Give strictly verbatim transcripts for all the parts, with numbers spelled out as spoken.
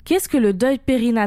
Qu'est-ce que le deuil périnatal ?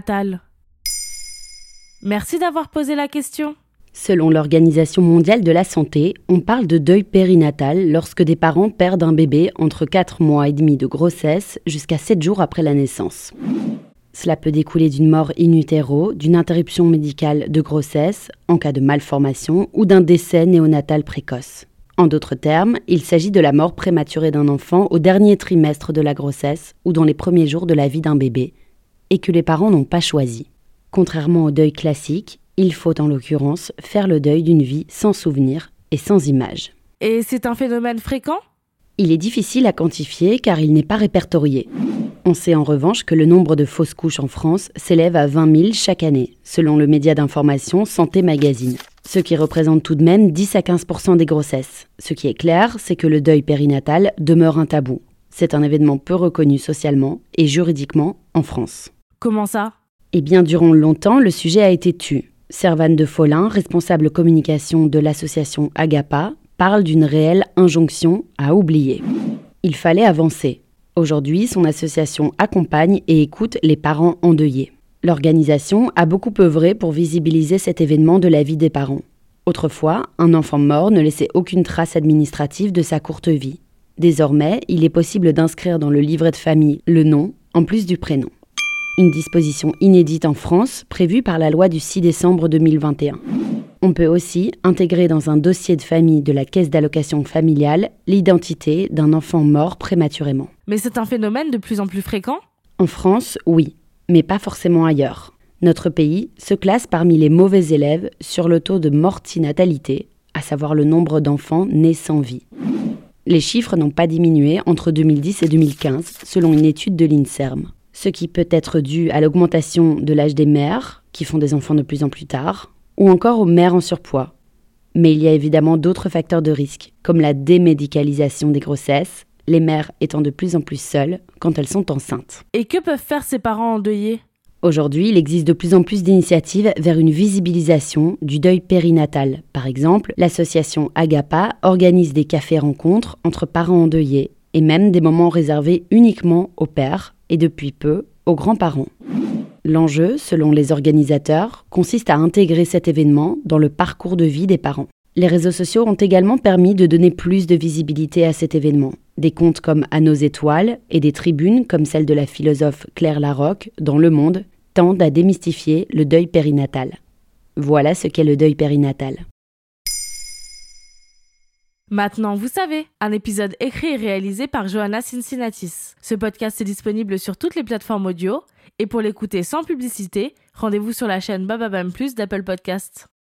Merci d'avoir posé la question. Selon l'Organisation mondiale de la santé, on parle de deuil périnatal lorsque des parents perdent un bébé entre quatre mois et demi de grossesse jusqu'à sept jours après la naissance. Cela peut découler d'une mort in utero, d'une interruption médicale de grossesse en cas de malformation ou d'un décès néonatal précoce. En d'autres termes, il s'agit de la mort prématurée d'un enfant au dernier trimestre de la grossesse ou dans les premiers jours de la vie d'un bébé et que les parents n'ont pas choisi. Contrairement au deuil classique, il faut en l'occurrence faire le deuil d'une vie sans souvenir et sans image. Et c'est un phénomène fréquent ? Il est difficile à quantifier car il n'est pas répertorié. On sait en revanche que le nombre de fausses couches en France s'élève à vingt mille chaque année, selon le média d'information Santé Magazine, ce qui représente tout de même dix à quinze pour cent des grossesses. Ce qui est clair, c'est que le deuil périnatal demeure un tabou. C'est un événement peu reconnu socialement et juridiquement en France. Comment ça ? Eh bien, durant longtemps, le sujet a été tu. Servane de Follin, responsable communication de l'association Agapa, parle d'une réelle injonction à oublier. Il fallait avancer. Aujourd'hui, son association accompagne et écoute les parents endeuillés. L'organisation a beaucoup œuvré pour visibiliser cet événement de la vie des parents. Autrefois, un enfant mort ne laissait aucune trace administrative de sa courte vie. Désormais, il est possible d'inscrire dans le livret de famille le nom, en plus du prénom. Une disposition inédite en France, prévue par la loi du six décembre deux mille vingt et un. On peut aussi intégrer dans un dossier de famille de la caisse d'allocation familiale l'identité d'un enfant mort prématurément. Mais c'est un phénomène de plus en plus fréquent ? En France, oui, mais pas forcément ailleurs. Notre pays se classe parmi les mauvais élèves sur le taux de mortinatalité, à savoir le nombre d'enfants nés sans vie. Les chiffres n'ont pas diminué entre deux mille dix et deux mille quinze, selon une étude de l'INSERM. Ce qui peut être dû à l'augmentation de l'âge des mères, qui font des enfants de plus en plus tard, ou encore aux mères en surpoids. Mais il y a évidemment d'autres facteurs de risque, comme la démédicalisation des grossesses, les mères étant de plus en plus seules quand elles sont enceintes. Et que peuvent faire ces parents endeuillés ? Aujourd'hui, il existe de plus en plus d'initiatives vers une visibilisation du deuil périnatal. Par exemple, l'association Agapa organise des cafés-rencontres entre parents endeuillés et même des moments réservés uniquement aux pères et depuis peu aux grands-parents. L'enjeu, selon les organisateurs, consiste à intégrer cet événement dans le parcours de vie des parents. Les réseaux sociaux ont également permis de donner plus de visibilité à cet événement. Des comptes comme À nos étoiles et des tribunes comme celle de la philosophe Claire Laroque dans Le Monde tendent à démystifier le deuil périnatal. Voilà ce qu'est le deuil périnatal. Maintenant, vous savez, un épisode écrit et réalisé par Johanna Cincinnatis. Ce podcast est disponible sur toutes les plateformes audio et pour l'écouter sans publicité, rendez-vous sur la chaîne Bababam Plus d'Apple Podcasts.